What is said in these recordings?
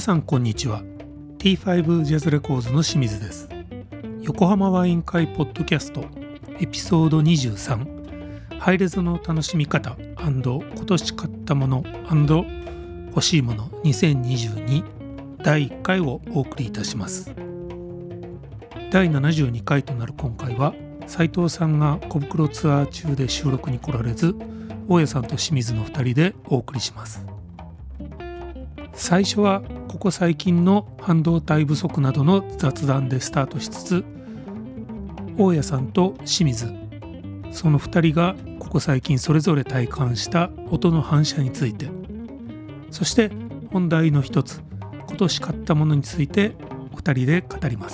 皆さんこんにちは。 T5 ジャズレコーズの清水です。横浜ワイン会ポッドキャストエピソード23、ハイレゾの楽しみ方&今年買ったもの&欲しいもの2022第1回をお送りいたします。第72回となる今回は、斉藤さんが小袋ツアー中で収録に来られず、大家さんと清水の2人でお送りします。最初はここ最近の半導体不足などの雑談でスタートしつつ、大家さんと清水、その2人がここ最近それぞれ体感した音の反射について、そして本題の一つ、今年買ったものについて2人で語ります。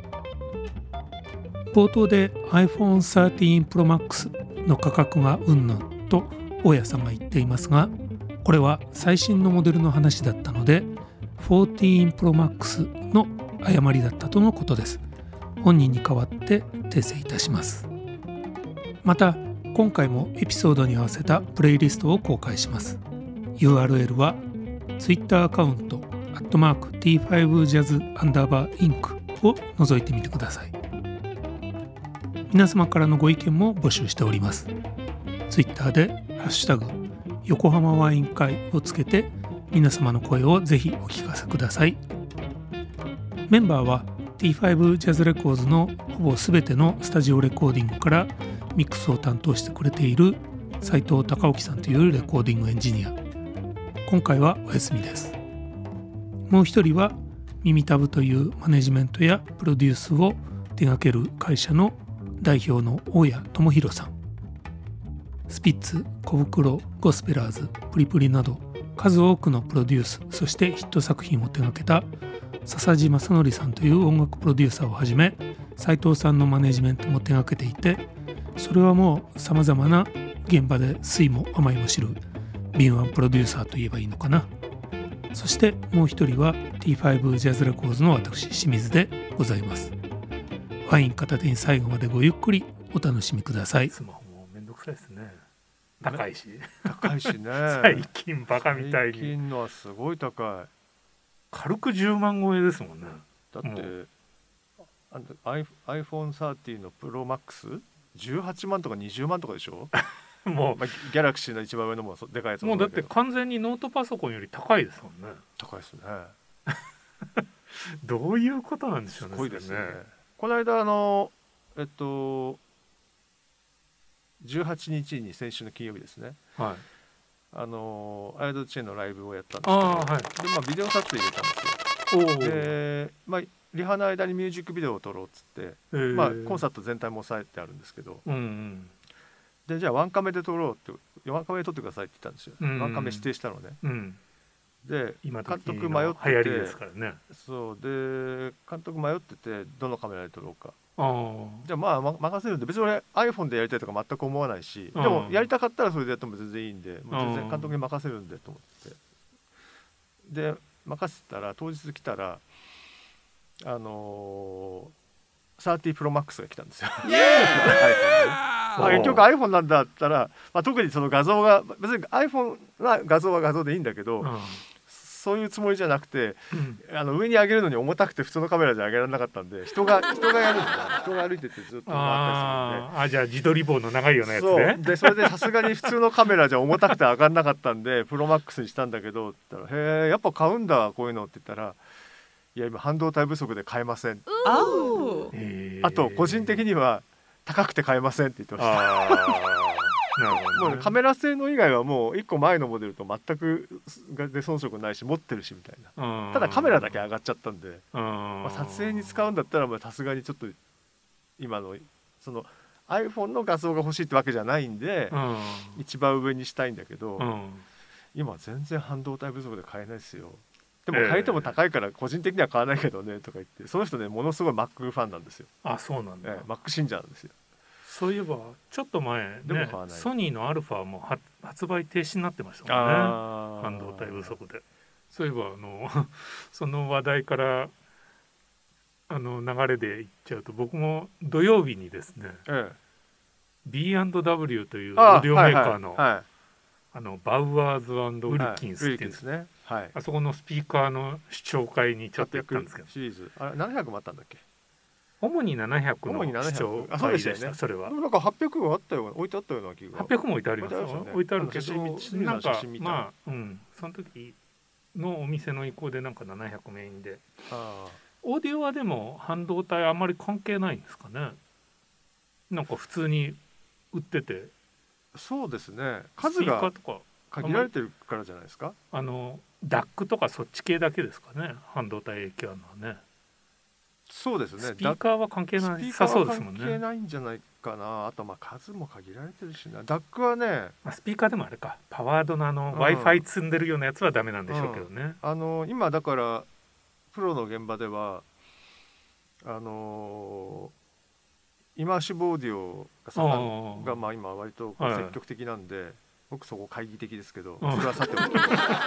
冒頭で iPhone 13 Pro Max の価格がうんぬんと大家さんが言っていますが、これは最新のモデルの話だったので14 Pro Max の誤りだったとのことです。本人に代わって訂正いたします。また今回もエピソードに合わせたプレイリストを公開します。 URL は Twitter アカウント@T5Jazz_Inc を覗いてみてください。皆様からのご意見も募集しております。ツイッターでハッシュタグ横浜ワイン会をつけて皆様の声をぜひお聞かせください。メンバーは T5 ジャズレコーズのほぼすべてのスタジオレコーディングからミックスを担当してくれている斉藤隆興さんというレコーディングエンジニア。今回はお休みです。もう一人は耳タブというマネジメントやプロデュースを手掛ける会社の代表の大谷智弘さん。スピッツ、小袋、ゴスペラーズ、プリプリなど数多くのプロデュース、そしてヒット作品を手掛けた笹地正則さんという音楽プロデューサーをはじめ、斉藤さんのマネジメントも手掛けていて、それはもうさまざまな現場で酸いも甘いも知る敏腕プロデューサーといえばいいのかな。そしてもう一人は T5 ジャズレコーズの私清水でございます。ワイン片手に最後までごゆっくりお楽しみください。 スマホもめんどくさいですね。高いしね最近バカみたいに最近のはすごい高い。 軽く10万超えですもんね。 だってiPhone 13の Pro Max 18万とか20万とかでしょもう、 ギャラクシーの一番上のもでかいやつもうだって完全にノートパソコンより高いですもんね。 高いですね。 どういうことなんでしょうね。 すごいですね。この間18日に先週の金曜日ですね、 はい、 アイドルチェーンのライブをやったんですけど、 はい、 でビデオ撮影入れたんですよ。で、リハの間にミュージックビデオを撮ろうっつって、コンサート全体も抑えてあるんですけど、でじゃあワンカメで撮ろうって、ワンカメで撮ってくださいって言ったんですよ。ワンカメ指定したのね。で監督迷ってて、 流行りですからね。 そうで監督迷ってて、どのカメラで撮ろうか。じゃあ任せるんで、別に俺 iPhone でやりたいとか全く思わないし、でもやりたかったらそれでやっても全然いいんで、もう全然監督に任せるんでと思って、で任せたら当日来たら30 Pro Max が来たんですよ。結局 iPhone なんだったら、特にその画像が別に iPhone は画像は画像でいいんだけど、そういうつもりじゃなくて、上に上げるのに重たくて普通のカメラじゃ上げられなかったんで、人がやるんですよ。人が歩いててずっと回ったりするんで。 じゃあ自撮り棒の長いようなやつね。 でそれでさすがに普通のカメラじゃ重たくて上がんなかったんでプロマックスにしたんだけどって言ったら、へえやっぱ買うんだこういうのって言ったら、いや今半導体不足で買えません。あと個人的には高くて買えませんって言ってました。もうカメラ性能以外はもう1個前のモデルと全くで遜色ないし持ってるしみたいな。ただカメラだけ上がっちゃったんで、撮影に使うんだったらさすがにちょっと今のその iPhone の画像が欲しいってわけじゃないんで、一番上にしたいんだけど、今全然半導体不足で買えないですよ。でも買えても高いから個人的には買わないけどねとか言って、その人ねものすごい Mac ファンなんですよ。 そうなんだ。 Mac 信者なんですよ。 そういえばちょっと前ね、ソニーのアルファも発売停止になってましたもんね、半導体不足で。そういえばその話題から流れでいっちゃうと、僕も土曜日にですね、B&W というオーディオメーカーのバウアーズ&ウィルキンスっていうんですね、 はい、 あそこのスピーカーの視聴会にちょっと行ったんですけど、 シリーズあれ700もあったんだっけ。 主に700の視聴会でした。それはなんか800があったような、置いてあったような気が。 800も置いてありますよ、置いてあるけど、なんかまあ、その時のお店の意向でなんか700メインで、オーディオはでも半導体あんまり関係ないんですかね。なんか普通に売ってて。 そうですね、数が限られてるからじゃないですか。 ダックとかそっち系だけですかね、半導体影響あるのはね。 そうですね、 スピーカーは関係ないさそうですもんね。 関係ないんじゃないかな。あとまあ数も限られてるしな。ダックはね、 スピーカーでもあれか、パワードのWi-Fi 積んでるようなやつはダメなんでしょうけどね。 今だからプロの現場ではイマーシブオーディオがまあ今割と積極的なんで、僕そこ懐疑的ですけど、それはさておき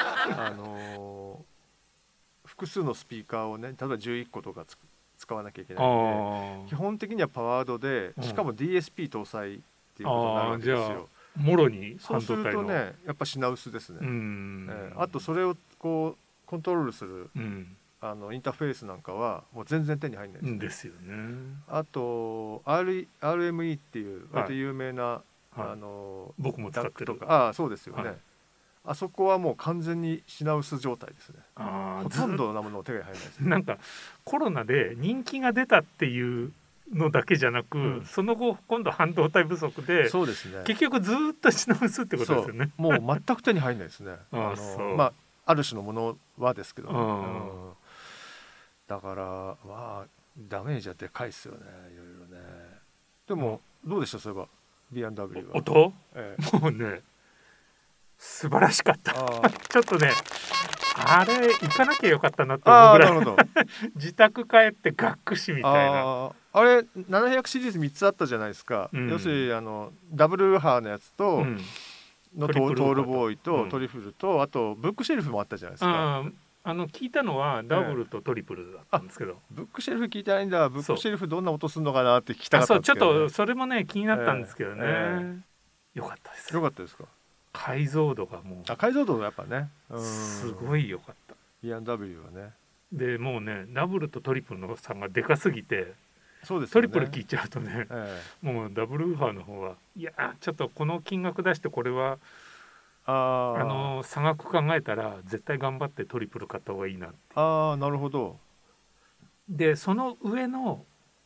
複数のスピーカーをね、例えば11個とか使わなきゃいけないので、基本的にはパワードで、しかも DSP 搭載っていうことになるわけですよ。 もろにそうするとね、やっぱ品薄ですね。あとそれをこうコントロールする、インターフェースなんかはもう全然手に入んないですよね。 あと RME っていう割と有名な、 僕も使ってる。 そうですよね。あそこはもう完全に品薄状態ですね。ほとんどなものを手が入らないです、ね。 なんかコロナで人気が出たっていうのだけじゃなく、その後今度半導体不足で、 そうですね、 結局ずっと品薄ってことですよね。 もう全く手に入らないですね。ある種のものはですけど、だからまあダメージはでかいですよね、いろいろね。でもどうでした、そういえば B&W は。 音、もうね素晴らしかった。ちょっとね、あれ行かなきゃよかったなって思うぐらい自宅帰ってがっくしみたいな。 あれ700シリーズ3つあったじゃないですか。要するにダブルウーハーのやつと、トールボーイとトリフルと、あとブックシェルフもあったじゃないですか。 聞いたのはダブルとトリプルだったんですけど、 ブックシェルフ聞いてないんだ。ブックシェルフどんな音するのかなって聞きたかったんですけど、 ちょっとそれもね気になったんですけどね。よかったです。 よかったですか。 解像度がもう解像度がやっぱね、 すごい良かった。 B&W はね。 でもうねダブルとトリプルの差がでかすぎて、 そうですね、 トリプル聞いちゃうとね、もうダブルウーハーの方はいやちょっとこの金額出してこれは差額考えたら絶対頑張ってトリプル買った方がいいなって。 なるほど。 でその上の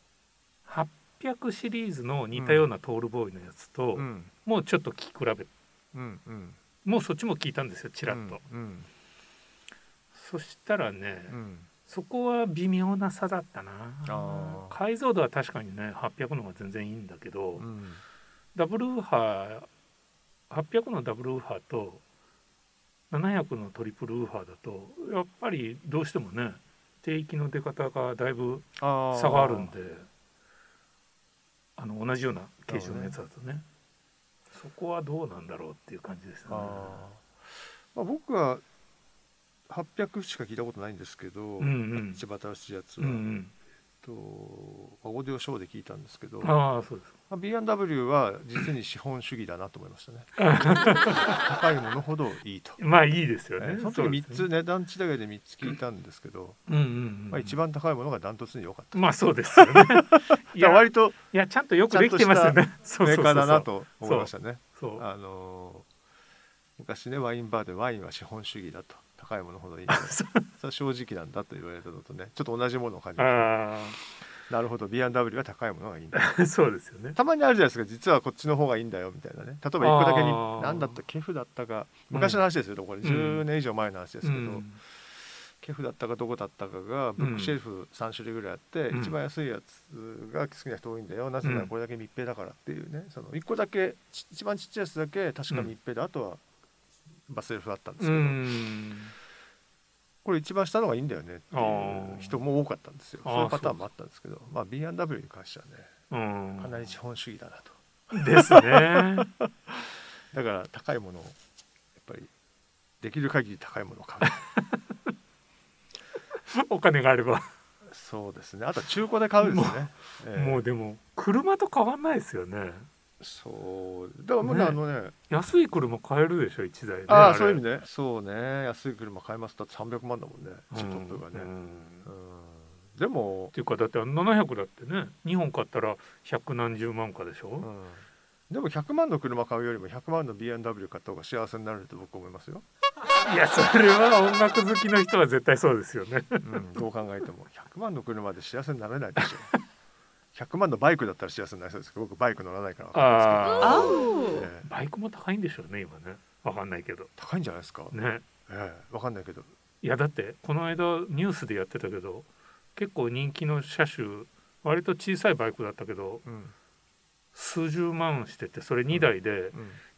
800シリーズの似たようなトールボーイのやつと、もうちょっと聞き比べ、もうそっちも聞いたんですよ、ちらっと。そしたらね、そこは微妙な差だったな。解像度は確かにね800の方が全然いいんだけど、ダブルウーハー800のダブルウーハーと700のトリプルウーハーだとやっぱりどうしてもね低域の出方がだいぶ差があるんで、同じような形状のやつだとね、そこはどうなんだろうっていう感じですよね。 僕は800しか聞いたことないんですけど、一番新しいやつは、オーディオショーで聞いたんですけど、 そうです。 B&W は実に資本主義だなと思いましたね。高いものほどいいと。 まあいいですよね。 その時3つ値段違いで3つ聞いたんですけど、一番高いものがダントツに良かった。 まあそうですよね。 割とちゃんとよくできてますよね。 メーカーだなと思いましたね。昔ねワインバーでワインは資本主義だと、高いものほどいいんだそれは正直なんだと言われたのとね、ちょっと同じものを感じました。なるほど、 B&W は高いものがいいんだそうですよね。 たまにあるじゃないですか、実はこっちの方がいいんだよみたいなね。例えば1個だけに何だったケフだったか、昔の話ですよ、これ10年以上前の話ですけど、ケフだったかどこだったかがブックシェルフ3種類ぐらいあって、一番安いやつが好きな人多いんだよ、なぜならこれだけ密閉だからっていうね、その1個だけ一番ちっちゃいやつだけ確か密閉で、あとはバスセルフだったんですけど、これ一番下の方がいいんだよねっていう人も多かったんですよ。そういうパターンもあったんですけど、B&W に関してはね、かなり資本主義だなと。 ですね。 だから高いものをやっぱりできる限り高いものを買う。 お金があれば。 そうですね。あとは中古で買うですね。 もうでも車と変わんないですよね。 そうだからもうね安い車買えるでしょ1台ね。 ああそういう意味ね。そうね、安い車買えます。だって300万だもんね、チトップがね。でもっていうかだって700だってね2本買ったら100何十万かでしょ。 でも100万の車買うよりも100万の BMW 買った方が幸せになると僕思いますよ。 いやそれは音楽好きの人は絶対そうですよね。 どう考えても100万の車で幸せになれないでしょ。100万のバイクだったら幸せになりそうですけど、僕バイク乗らないから分かんないですけど、 バイクも高いんでしょうね今ね。分かんないけど高いんじゃないですかね。 分かんないけど、 いやだってこの間ニュースでやってたけど結構人気の車種割と小さいバイクだったけど、数十万しててそれ2台で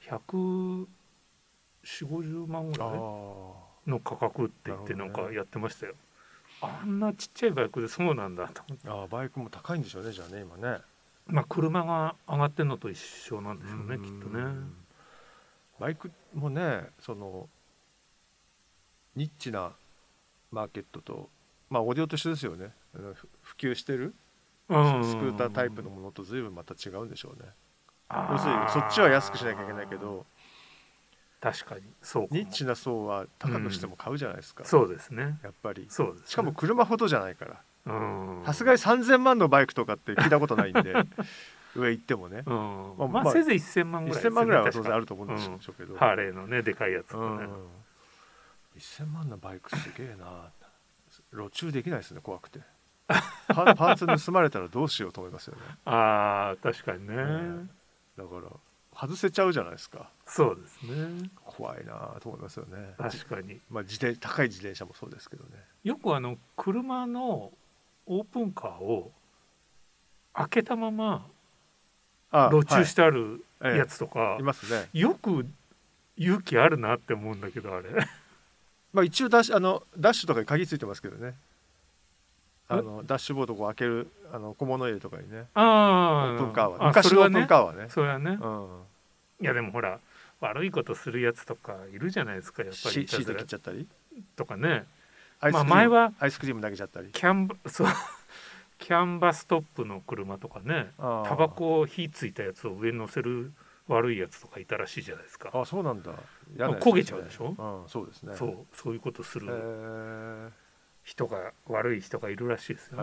140、50万ぐらいの価格って言ってなんかやってましたよ。あんなちっちゃいバイクでそうなんだと。 バイクも高いんでしょうねじゃあね今ね。 まあ車が上がってるのと一緒なんでしょうねきっとね。 バイクもねそのニッチなマーケットとまあオーディオと一緒ですよね。普及してるスクータータイプのものと随分また違うんでしょうね。要するにそっちは安くしなきゃいけないけど、 確かにそうかも。 ニッチな層は高くしても買うじゃないですか。 そうですねやっぱりそうですね。 しかも車ほどじゃないからさすがに3000万のバイクとかって聞いたことないんで上行ってもね、 まあせいぜい1000万ぐらいですよね。 1000万ぐらいは当然あると思うんでしょうけど、 ハーレーのねでかいやつとかね、 1000万のバイクすげえな。路駐できないですね怖くてパーツ盗まれたらどうしようと思いますよね。 確かにね、 だから外せちゃうじゃないですか。 そうですね。 怖いなと思いますよね。 確かに。 まあ高い自転車もそうですけどね。 よく車のオープンカーを開けたまま路駐してあるやつとか、 いますね。 よく勇気あるなって思うんだけどあれまあ一応ダッシュとかに鍵ついてますけどね。ダッシュボードを開ける小物入れとかにね。オープンカーは昔のオープンカーはね。 それはね。いやでもほら悪いことするやつとかいるじゃないですかやっぱり。 シート切っちゃったりとかね。 前はアイスクリーム投げちゃったり。 キャンバストップの車とかね。タバコ火ついたやつを上に乗せる悪いやつとかいたらしいじゃないですか。 そうなんだ。 焦げちゃうでしょ。 そうですね。 そういうことする悪い人がいるらしいですよ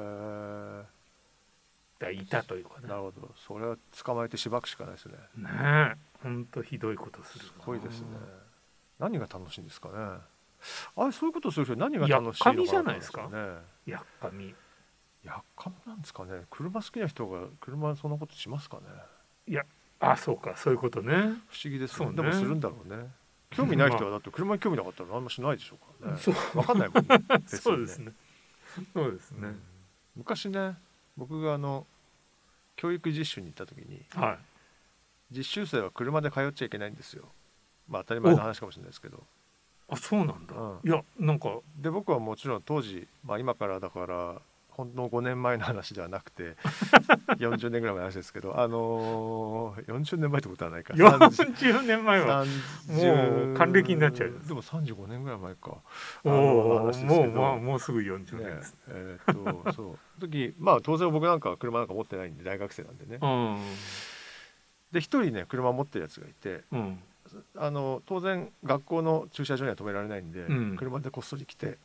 ね。いたというかね。 なるほど。それは捕まえてしばくしかないですね。 ねえ、本当ひどいことする。 すごいですね。何が楽しいんですかね。そういうことする人何が楽しいのかな。やっかみじゃないですか。やっかみなんですかね。車好きな人が車そんなことしますかね。 いや、そうか、そういうことね。不思議ですね。でもするんだろうね。興味ない人はだって車に興味なかったら何もしないでしょうからね。分かんないもんね。 そうですね。そうですね。 昔ね、僕が教育実習に行った時に、実習生は車で通っちゃいけないんですよ。まあ当たり前の話かもしれないですけど。 そうなんだ。いやなんかで僕はもちろん当時、今からだからほんの5年前の話ではなくて40年ぐらい前の話ですけど、40年前ってことはないか。 40年前はもう還暦になっちゃう。 でも35年ぐらい前か。 もうすぐ40年です。 そう時当然僕なんかは車なんか持ってないんで大学生なんでね。で一人ね車持ってるやつがいて、当然学校の駐車場には止められないんで、車でこっそり来て、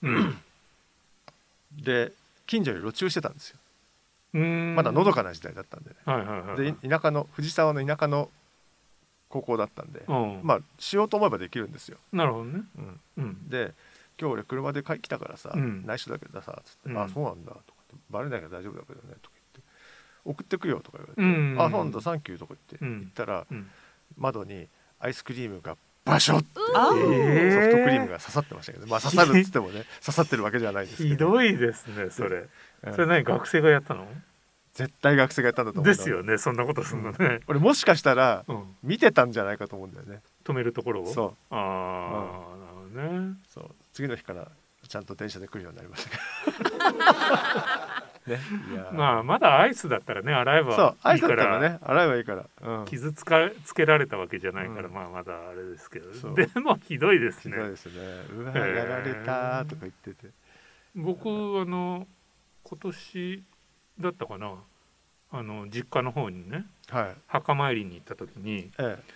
で近所に路駐してたんですよ。まだのどかな時代だったんでね。で田舎の藤沢の田舎の高校だったんで、しようと思えばできるんですよ。 なるほどね。 で今日俺車で来たからさ、内緒だけどさつって、そうなんだとかバレないから大丈夫だけどねとか言って送ってくよとか言われて、そうなんだサンキューとか言ったら、窓にアイスクリームがバショッってソフトクリームが刺さってましたけど、刺さるっつってもね刺さってるわけじゃないですけど。 ひどいですねそれ。それ何学生がやったの？ 絶対学生がやったんだと思う。 ですよね。そんなことするのね。 俺もしかしたら見てたんじゃないかと思うんだよね。 止めるところを。 そう。 なるほどね。 そう。次の日からちゃんと電車で来るようになりましたけど。ね。 まだアイスだったらね洗えばいいから。そう。アイスだったらね洗えばいいから。 傷つけられたわけじゃないからまだあれですけど。でもひどいですね。 ひどいですね。うわやられたとか言ってて。 僕今年だったかな実家の方にね、 はい、 墓参りに行った時に、 ええ、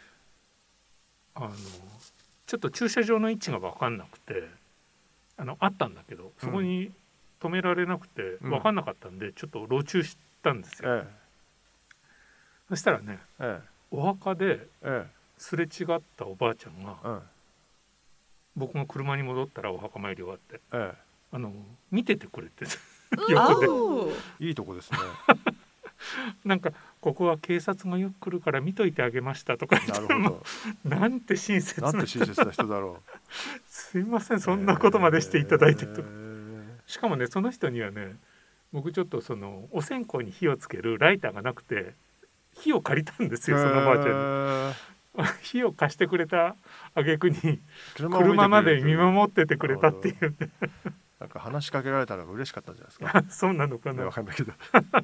ちょっと駐車場の位置が分かんなくてあったんだけどそこに止められなくて分かんなかったんで、ちょっと路駐したんですよ、そしたらね、お墓ですれ違ったおばあちゃんが、僕が車に戻ったらお墓参り終わって、見ててくれて横でいいとこですねなんかここは警察がよく来るから見といてあげましたとか言って、 なるほどなんて親切な人だろうすいませんそんなことまでしていただいてと、しかもねその人にはね、僕ちょっとお線香に火をつけるライターがなくて火を借りたんですよ、そのおばあちゃんに火を貸してくれた挙句に車まで見守っててくれたっていうなんか話しかけられたら嬉しかったんじゃないですかそうなのかな、 分かんないけど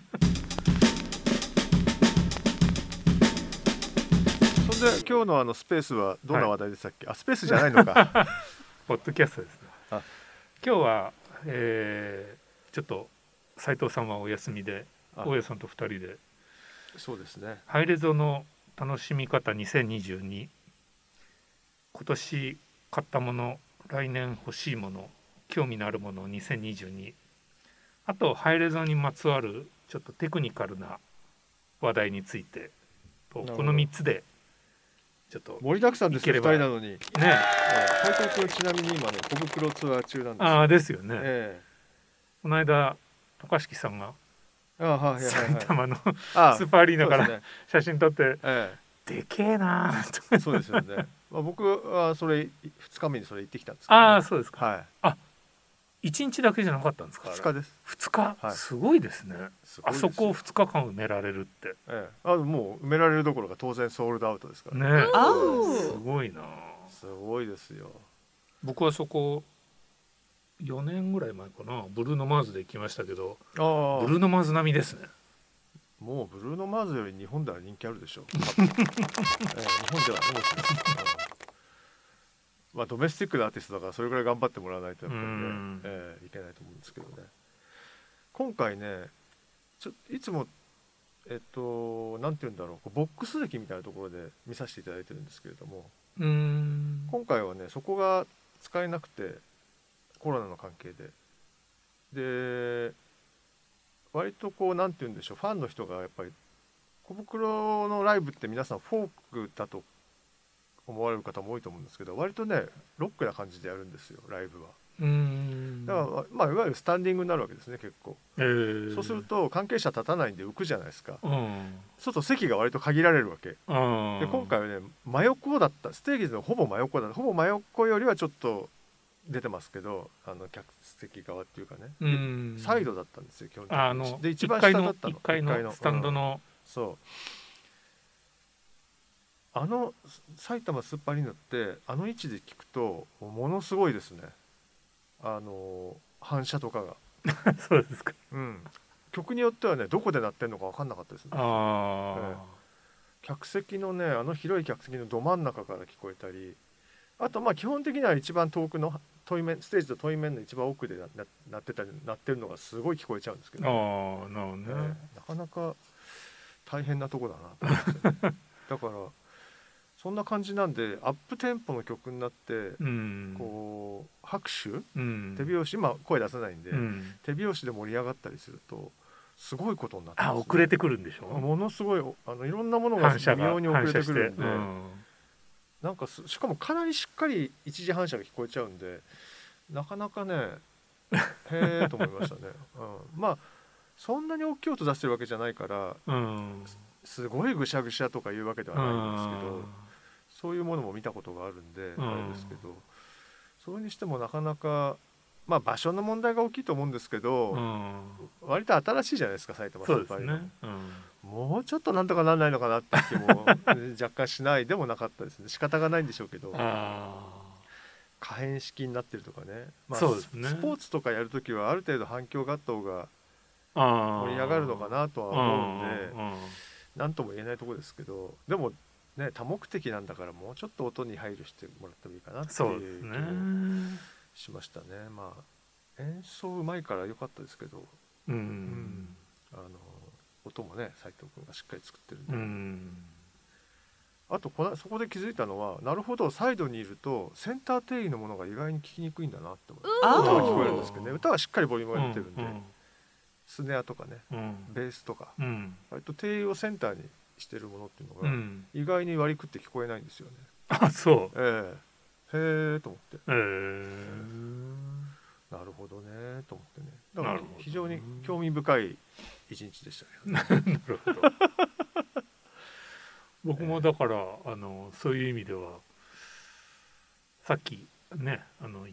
そんで今日のスペースはどんな話題でしたっけ、スペースじゃないのかポッドキャストですね。今日は、ちょっと斉藤さんはお休みで大家さんと2人で、 そうですね、 ハイレゾの楽しみ方2022、今年買ったもの、来年欲しいもの、興味のあるもの2022、あとハイレゾにまつわるちょっとテクニカルな話題についてと、この3つでちょっと盛りだくさんですよ2人なのにね。斉藤君ちなみに今ね小袋ツアー中なんですよ。 ですよね、この間高敷さんが埼玉のスーパーアリーナから写真撮って、でけえなとそうですよね僕はそれ2日目にそれ行ってきたんですけど、 そうですか、1日だけじゃなかったんですか。 2日です。 2日、すごいですね。あそこを2日間埋められるって、 もう埋められるどころか当然ソールドアウトですからね。すごいな。 すごいですよ。 僕はそこ4年ぐらい前かな、ブルーノ・マーズで行きましたけど、ブルーノ・マーズ並みですね。 もうブルーノ・マーズより日本では人気あるでしょう日本ではねドメスティックなアーティストだからそれぐらい頑張ってもらわないとやっぱりね、いけないと思うんですけどね。今回ねいつもなんて言うんだろう、ボックス席みたいなところで見させていただいてるんですけれども、今回はねそこが使えなくて、コロナの関係で割となんて言うんでしょう、ファンの人がやっぱり小袋のライブって皆さんフォークだと思われる方も多いと思うんですけど、割とねロックな感じでやるんですよライブは。だからいわゆるスタンディングになるわけですね結構、そうすると関係者立たないんで浮くじゃないですか、そうすると席が割と限られるわけで、今回はね真横だった、ステージのほぼ真横だった、ほぼ真横よりはちょっと出てますけど、客席側っていうかね、サイドだったんですよ基本的に。で一番下だったの、 1階のスタンドの、 そう埼玉スーパーアリーナって位置で聞くとものすごいですね、反射とかがそうですか、 曲によってはねどこで鳴ってるのか分かんなかったですね。客席のね広い客席のど真ん中から聞こえたり、あと基本的には一番遠くの遠い面、ステージと遠い面の一番奥で鳴ってるのがすごい聞こえちゃうんですけど、なかなか大変なとこだなと思って、だからそんな感じなんでアップテンポの曲になって、拍手、手拍子、声出せないんで、手拍子で盛り上がったりするとすごいことになってますね。 遅れてくるんでしょ。 ものすごいいろんなものが微妙に遅れてくるんで、なんかしかもかなりしっかり一時反射が聞こえちゃうんで、なかなかねへえと思いましたね。そんなに大きい音出してるわけじゃないから、すごいぐしゃぐしゃとかいうわけではないんですけど、そういうものも見たことがあるんであれですけど、それにしてもなかなか場所の問題が大きいと思うんですけど、割と新しいじゃないですか埼玉スーパーアリーナ。もうちょっとなんとかならないのかなって気も若干しないでもなかったですね。仕方がないんでしょうけど、可変式になってるとかね、 そうですね、 スポーツとかやるときはある程度反響があった方が盛り上がるのかなとは思うんで、なんとも言えないところですけど、でもね多目的なんだからもうちょっと音に配慮してもらってもいいかなっていう気もしましたね。演奏うまいから良かったですけど、 音もね斉藤君がしっかり作ってるんで、あとそこで気づいたのは、なるほどサイドにいるとセンター定位のものが意外に聞きにくいんだなって思って、歌は聞こえるんですけどね、歌はしっかりボリュームが出てるんで、スネアとかね、ベースとか、割と定位をセンターにしてるものっていうのが、意外に割り食って聞こえないんですよね。 あ、そう。 へえと思って、なるほどねと思ってね。だから非常に興味深い一日でしたけどね。 なるほど。僕もだからそういう意味ではさっきね言った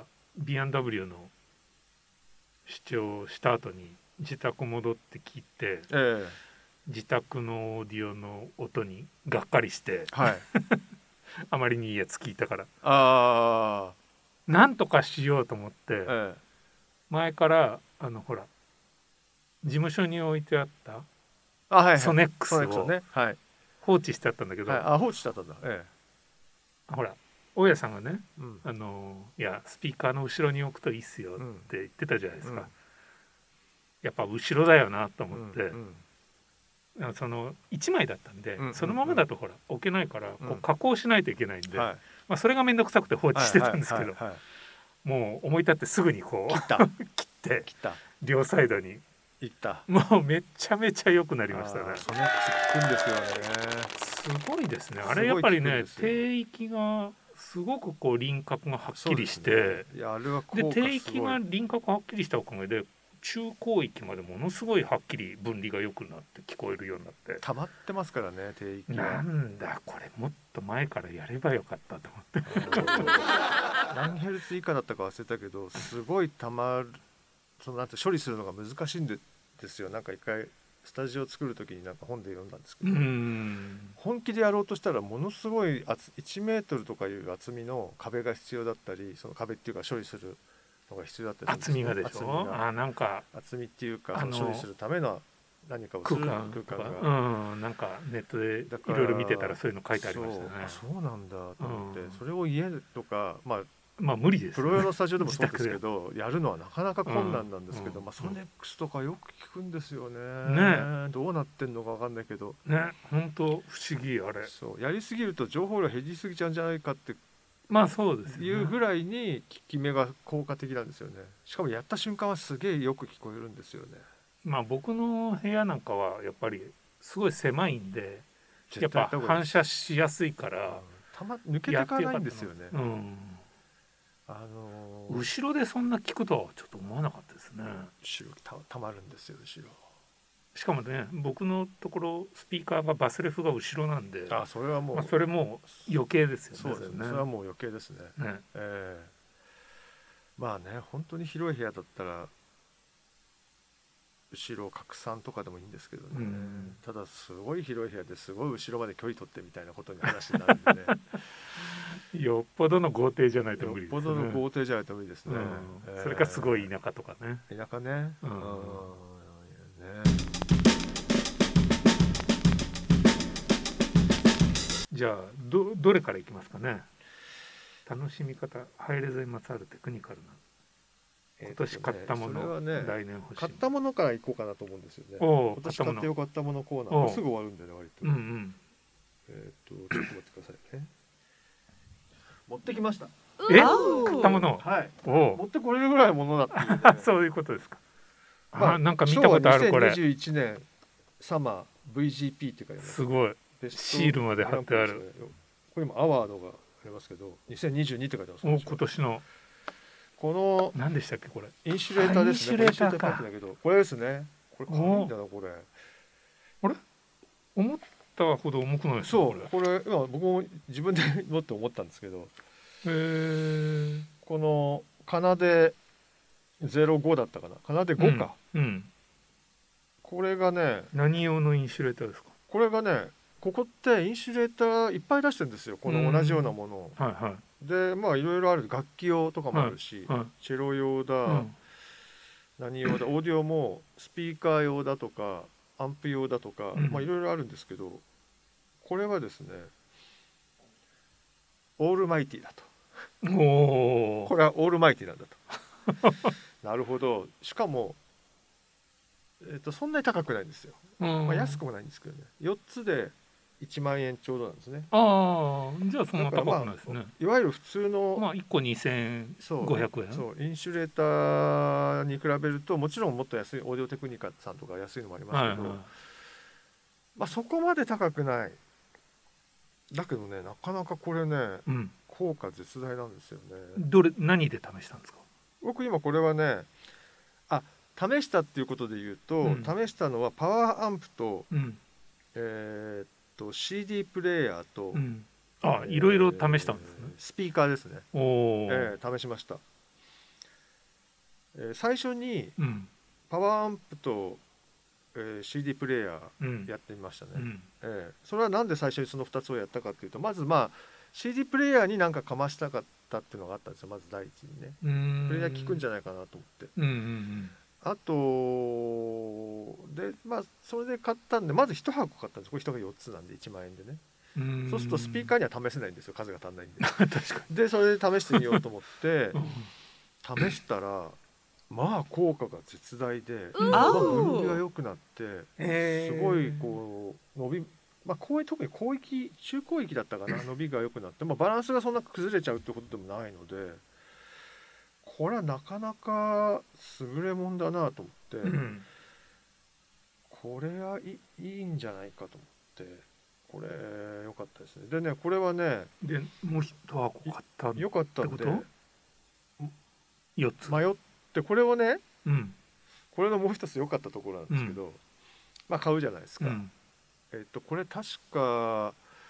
B&W の主張した後に自宅戻ってきて、自宅のオーディオの音にがっかりして、あまりにいいやつ聞いたからなんとかしようと思って、前からほら事務所に置いてあったソネックスを放置してあったんだけど、 放置してあったんだ。 ほら大家さんがね、いやスピーカーの後ろに置くといいっすよって言ってたじゃないですか。やっぱ後ろだよなと思って、その1枚だったんで、そのままだとほら置けないから、こう加工しないといけないんで、それが面倒くさくて放置してたんですけど、もう思い立ってすぐにこう切って両サイドにいった。 もうめちゃめちゃ良くなりましたね。 ソネックス効くんですよね。 すごいですね。あれやっぱりね、低域がすごくこう輪郭がはっきりして、で低域が輪郭がはっきりしたおかげで中高域までものすごいはっきり分離が良くなって聞こえるようになって、 溜まってますからね低域は。 なんだこれもっと前からやればよかったと思って何ヘルツ以下だったか忘れたけど、すごい溜まる、そのなんて処理するのが難しいんですよ。なんか一回スタジオ作る時になんか本で読んだんですけど、本気でやろうとしたらものすごい1メートルとかいう厚みの壁が必要だったり、その壁っていうか処理するのが必要だったりするんですよ。厚みがでしょ。なんか厚みっていうか処理するための何かをする空間が、 なんかネットでいろいろ見てたらそういうの書いてありましたね。 そうなんだと思って、それを家とか無理です、 プロ用のスタジオでもそうですけどやるのはなかなか困難なんですけど、ソネックスとかよく聞くんですよね。どうなってんのか分かんないけどね、本当不思議。あれそうやりすぎると情報量減りすぎちゃうんじゃないかってそうですね、 いうぐらいに効き目が効果的なんですよね。しかもやった瞬間はすげえよく聞こえるんですよね。 僕の部屋なんかはやっぱりすごい狭いんで、やっぱ反射しやすいから、 抜けていかないんですよね。 後ろでそんな聞くとはちょっと思わなかったですね。 後ろたまるんですよ後ろ。 しかもね、僕のところスピーカーがバスレフが後ろなんで、 それはもう、 それも余計ですよね。 そうですね。それはもう余計ですね。まあね、本当に広い部屋だったら後ろ拡散とかでもいいんですけどね、ただすごい広い部屋ですごい後ろまで距離取ってみたいなことに話になるんでねよっぽどの豪邸じゃないと無理ですね。 よっぽどの豪邸じゃないと無理ですね。 それかすごい田舎とかね。 田舎ね。 じゃあどれからいきますかね。楽しみ方、ハイレゾにまつわるテクニカルな。今年買ったもの、それはね、来年欲しい。 買ったものからいこうかなと思うんですよね。今年買ってよかったものコーナー、もうすぐ終わるんでね割と。ちょっと待ってくださいね。持ってきました。 買ったもの。 はい。持ってこれるぐらいのものだった。 そういうことですか。なんか見たことあるこれ。 2021年サマー VGP って書いてます。 すごい。シールまで貼ってある。 これもアワードがありますけど、2022って書いてます。 今年の。 この何でしたっけこれ。 インシュレーターですね。インシュレーターだけど、これですね。これ軽いんだなこれ。 あれ？思ったほど重くないですか。 そう。これ今僕も自分で持って思ったんですけど。このカナデ05だったかな。カナデ5か。これがね。 何用のインシュレーターですか。 これがね、ここってインシュレーターいっぱい出してるんですよ。この同じようなものを。でいろいろある。楽器用とかもあるし、チェロ用だ、何用だ、オーディオもスピーカー用だとかアンプ用だとか、いろいろあるんですけど、これはですねオールマイティだと。これはオールマイティなんだとなるほど。しかもそんなに高くないんですよ、安くもないんですけどね、4つで1万円ちょうどなんですね。 じゃあそんな高くないですね。 いわゆる普通の 1個2500円。 そうインシュレーターに比べるともちろんもっと安いオーディオテクニカさんとか安いのもありますけど、そこまで高くない。だけどね、なかなかこれね、効果絶大なんですよね。 何で試したんですか？ 僕今これはね、試したっていうことで言うと、試したのはパワーアンプと、CD プレイヤーと、 いろいろ試したんですね。 スピーカーですね。試しました。最初にパワーアンプと、CD プレイヤーやってみましたね。それはなんで最初にその2つをやったかっていうと、まずCD プレイヤーになんかかましたかったっていうのがあったんですよ。まず第一にね、プレイヤー聞くんじゃないかなと思って、あとでそれで買ったんで、まず1箱買ったんです。これ1箱4つなんで1万円でね。そうするとスピーカーには試せないんですよ、数が足んないんで確かに。 でそれで試してみようと思って試したら効果が絶大で、分離が良くなって、すごいこう伸び、特に広域、中広域だったかな、伸びが良くなって、バランスがそんな崩れちゃうってことでもないので、これはなかなか優れもんだなと思って、これはいいんじゃないかと思って、これ良かったですね。でね、これはね、 でもう1箱買った良かったんで 4つ迷って、これをね、これのもう一つ良かったところなんですけど、買うじゃないですか。これ確か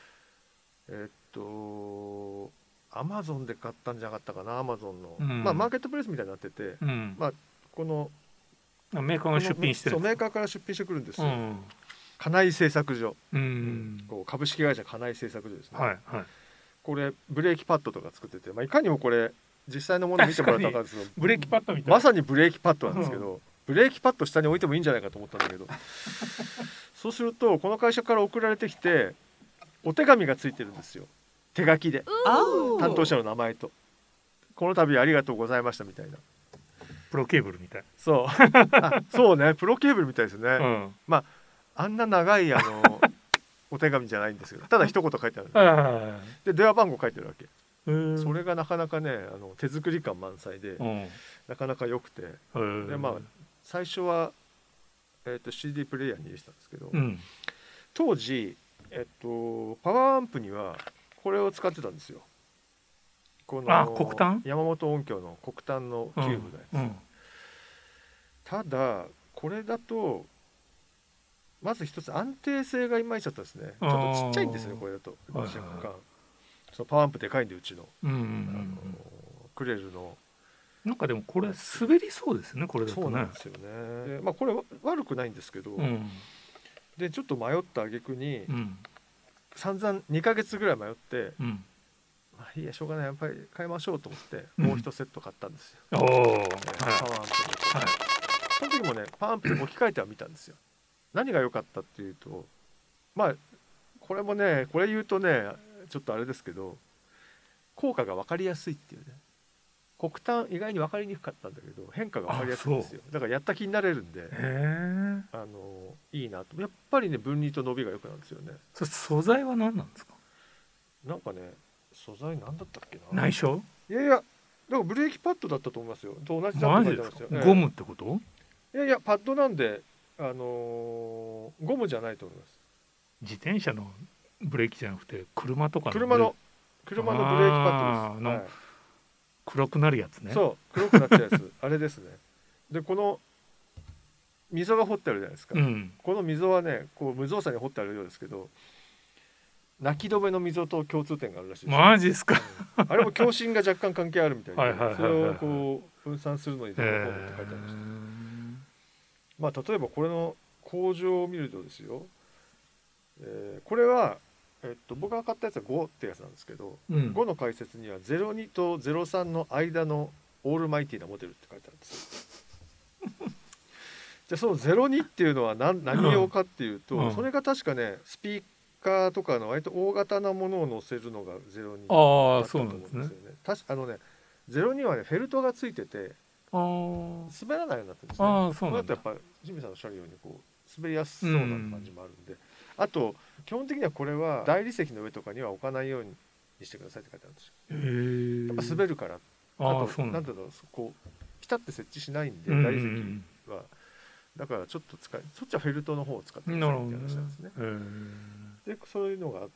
Amazon で買ったんじゃなかったかな。Amazon の、マーケットプレイスみたいになってて、このメーカーが出品してる。 そう、メーカーから出品してくるんですよ。金井製作所、株式会社金井製作所ですね。これブレーキパッドとか作ってて、いかにもこれ実際のもの見てもらったら分かるんですけど、 ブレーキパッドみたいな、 まさにブレーキパッドなんですけど、ブレーキパッド下に置いてもいいんじゃないかと思ったんだけどそうするとこの会社から送られてきてお手紙がついてるんですよ、手書きで、担当者の名前と、この度ありがとうございましたみたいな。 プロケーブルみたい。 そうね、プロケーブルみたいですね。あんな長いお手紙じゃないんですけど、ただ一言書いてある、で電話番号書いてるわけ。それがなかなかね、手作り感満載で、なかなか良くて、で最初は、CD プレイヤーに入れてたんですけど、当時、パワーアンプにはこれを使ってたんですよ。この黒炭、 山本音響の黒炭のキューブのやつ、ただこれだとまず一つ安定性がいまいちだったですね。ちょっとちっちゃいんですよ、これだと。若干そのパワーアンプでかいんで、うちの、クレルのなんかでもこれ滑りそうですね、これだとね。 そうなんですよね。でこれ悪くないんですけど、でちょっと迷った挙句に、散々2ヶ月ぐらい迷って、いいやしょうがない、やっぱり買いましょうと思って、もう1セット買ったんですよ。パワーアンプで、その時もねパワーアンプで置き換えてはみたんですよ。何が良かったっていうと、これもね、これ言うとねちょっとあれですけど、効果が分かりやすいっていうね。黒炭意外に分かりにくかったんだけど、変化が分かりやすいんですよ。だからやった気になれるんで、いいなと。やっぱりね、分離と伸びが良くなるんですよね。 素材は何なんですか？ なんかね、素材何だったっけな。 内緒？ いやだからブレーキパッドだったと思いますよ。と同じだと思いますよ。 ゴムってこと？ いやパッドなんで、ゴムじゃないと思います。 自転車のブレーキじゃなくて車とかの車のブレーキパッドです。 黒くなるやつね。 そう、黒くなっちゃうやつあれですね。でこの溝が掘ってあるじゃないですか、この溝はね、こう無造作に掘ってあるようですけど、泣き止めの溝と共通点があるらしいです。 マジですか？ あれも共振が若干関係あるみたいで、それをこう分散するのにどうのこうのって書いてありました。例えばこれの構造を見るとですよ、これは僕が買ったやつは5ってやつなんですけど、5の解説には02と03の間のオールマイティなモデルって書いてあるんですよ。じゃあその02っていうのは何用かっていうと、それが確かね、スピーカーとかの割と大型なものを載せるのが02だったと思うんですよね。確か02はねフェルトがついてて、 滑らないようになってるんですね。そうなんだ。これだとやっぱジミーさんのおっしゃるようにこう滑りやすそうな感じもあるんで、あと基本的にはこれは大理石の上とかには置かないようにしてくださいって書いてあるんですよ。やっぱ滑るから。あとなんていうの、こうピタッて設置しないんで、大理石はだからちょっとそっちはフェルトの方を使ってくださいって話なんですね。でそういうのがあって、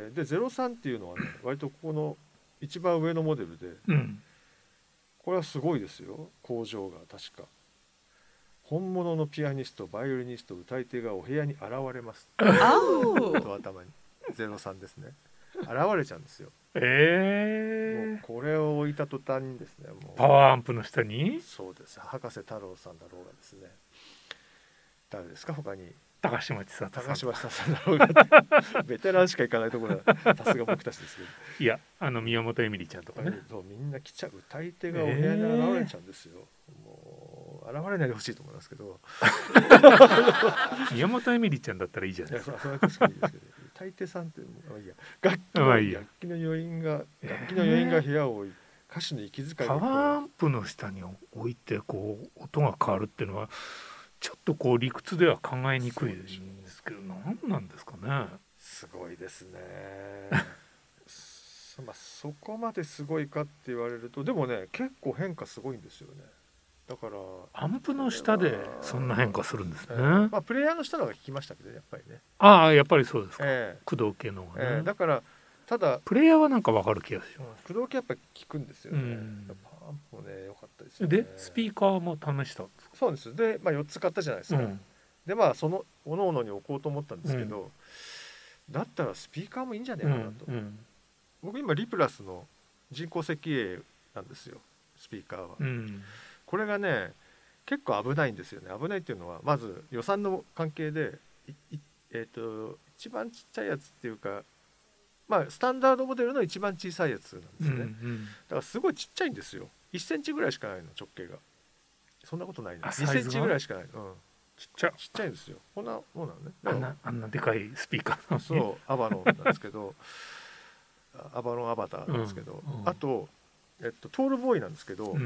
で03っていうのはね割とここの一番上のモデルで、これはすごいですよ。工場が確か本物のピアニスト、バイオリニスト、歌い手がお部屋に現れますと頭に03ですね。現れちゃうんですよ。もうこれを置いた途端にですね、もうパワーアンプの下に、 そうです。博士太郎さんだろうがですね、誰ですか他に、 高嶋ちさ高嶋ちささんだろうがベテランしか行かないところはさすが僕たちですけど、 いや宮本エミリちゃんとかね、 そうみんな来ちゃう。歌い手がお部屋に現れちゃうんですよ。もう現れないでほしいと思いますけど宮本エミリちゃんだったらいいじゃないですか。 それは確かにいいですけど歌い手さんっていや楽器の余韻が部屋を歌手の息遣い、 パワーアンプの下に置いてこう音が変わるっていうのはちょっとこう理屈では考えにくいですけど、何なんですかね。 すごいですねそこまですごいかって言われると、でもね結構変化すごいんですよね。だからアンプの下でそんな変化するんですね。 プレイヤーの下の方が聞きましたけど、やっぱりね。 やっぱりそうですか。駆動系の方がね。 だからただプレイヤーはなんか分かる気がします。 駆動系やっぱり聞くんですよね。パワーアンプもね良かったですよね。 でスピーカーも試したんですか。 そうです。で4つ買ったじゃないですか。でその各々に置こうと思ったんですけど、だったらスピーカーもいいんじゃないかなと。僕今リプラスの人工石英なんですよ、スピーカーは。これがね結構危ないんですよね。危ないっていうのはまず予算の関係で一番ちっちゃいやつっていうか、スタンダードモデルの一番小さいやつなんですね。だからすごいちっちゃいんですよ。1センチぐらいしかないの、直径が。そんなことないの。2センチぐらいしかないの。ちっちゃいんですよ。こんなものなのね。 あんなでかいスピーカーなのに。 そうアバロンなんですけどアバロンアバターなんですけど、あとトールボーイなんですけど、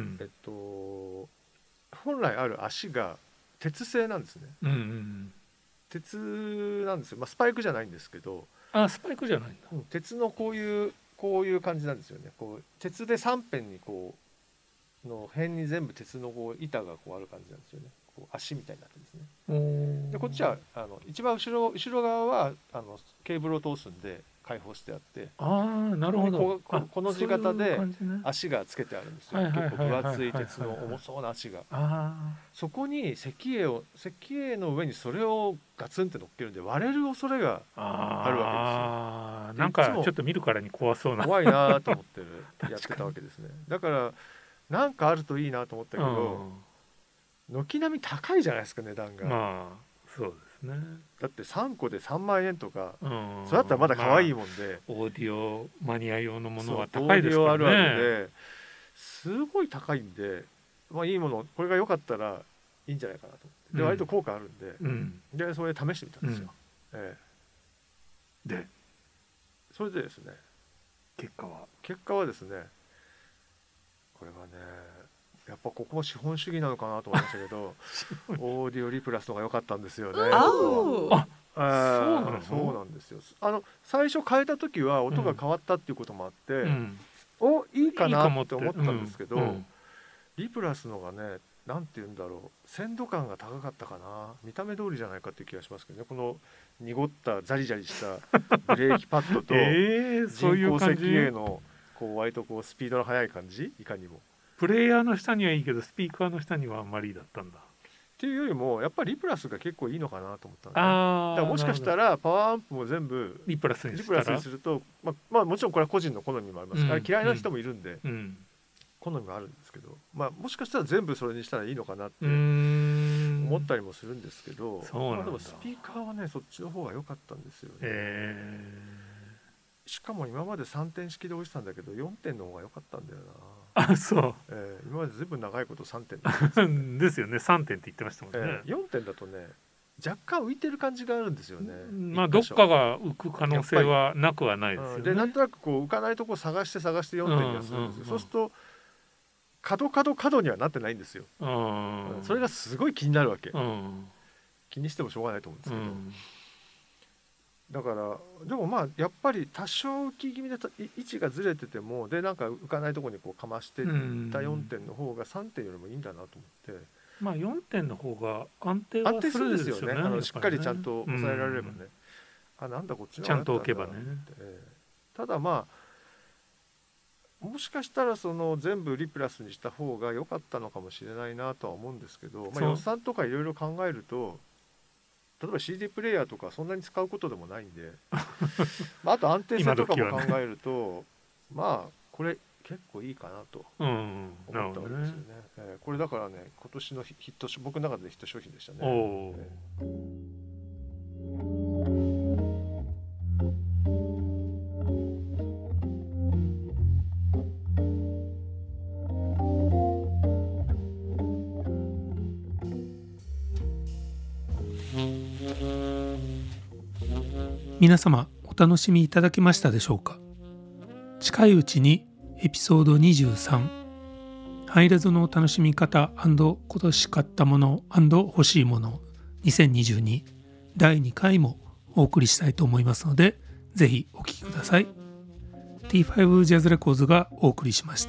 本来ある足が鉄製なんですね。鉄なんですよ。スパイクじゃないんですけど。 スパイクじゃないんだ。 鉄のこういう感じなんですよね。こう鉄で3辺にこうの辺に全部鉄のこう板がこうある感じなんですよね。こう足みたいになってるんですね。でこっちは一番後ろ側はケーブルを通すんで開放してあって、 なるほど。 この字型で足がつけてあるんですよ。結構分厚い鉄の重そうな足が。そこに石英の上にそれをガツンって乗っけるんで割れる恐れがあるわけですよ。 なんかちょっと見るからに怖そうな。 怖いなと思ってやってたわけですね。だからなんかあるといいなと思ったけど、軒並み高いじゃないですか、値段が。 そうですね。 だって3個で3万円とか、それだったらまだ可愛いもんで、 オーディオマニア用のものは高いですからね。オーディオあるあるですごい高いんで、いいものこれが良かったらいいんじゃないかなと思って、で割と効果あるんで、でそれで試してみたんですよ。でそれでですね、結果はですね、これはねやっぱここも資本主義なのかなと思いましたけどオーディオリプラスの方が良かったんですよね。そうなんですよ。最初変えた時は音が変わったっていうこともあって、いいかなって思ったんですけど、リプラスのがね、なんて言うんだろう、鮮度感が高かったかな。見た目通りじゃないかっていう気がしますけどね。この濁ったザリザリしたブレーキパッドと人工石英の割とスピードの速い感じ、いかにも。 プレイヤーの下にはいいけどスピーカーの下にはあんまりだったんだっていうよりも、やっぱりリプラスが結構いいのかなと思ったんですね。だからもしかしたらパワーアンプも全部リプラスにすると、もちろんこれは個人の好みもありますから、嫌いな人もいるんで、好みもあるんですけど、もしかしたら全部それにしたらいいのかなって思ったりもするんですけど、でもスピーカーはねそっちの方が良かったんですよね。しかも今まで3点式で押したんだけど4点の方が良かったんだよな。そう。 今までずいぶん長いこと3点ですよね。3点って言ってましたもんね。 4点だとね若干浮いてる感じがあるんですよね。 どっかが浮く可能性はなくはないですよね。 でなんとなく浮かないとこ探して4点にはするんですよ。そうすると角にはなってないんですよ。それがすごい気になるわけ。気にしてもしょうがないと思うんですけど、だからでもまあやっぱり多少浮き気味で位置がずれててもでなんか浮かないところにこうかましていった4点の方が3点よりもいいんだなと思って、 まあ4点の方が安定はするですよね。 しっかりちゃんと抑えられればね、なんだこっちの方がちゃんと置けばね。 ただまあもしかしたらその全部リプラスにした方が良かったのかもしれないなとは思うんですけど、予算とかいろいろ考えると例えば CD プレイヤーとかそんなに使うことでもないんであと安定性とかも考えると、まあこれ結構いいかなと思ったわけですよね。これだからね今年のヒット僕の中でヒット商品でしたね。 皆様お楽しみいただけましたでしょうか。近いうちにエピソード23ハイレゾの楽しみ方&今年買ったもの&欲しいもの2022第2回もお送りしたいと思いますのでぜひお聞きください。 T5 ジャズレコーズがお送りしました。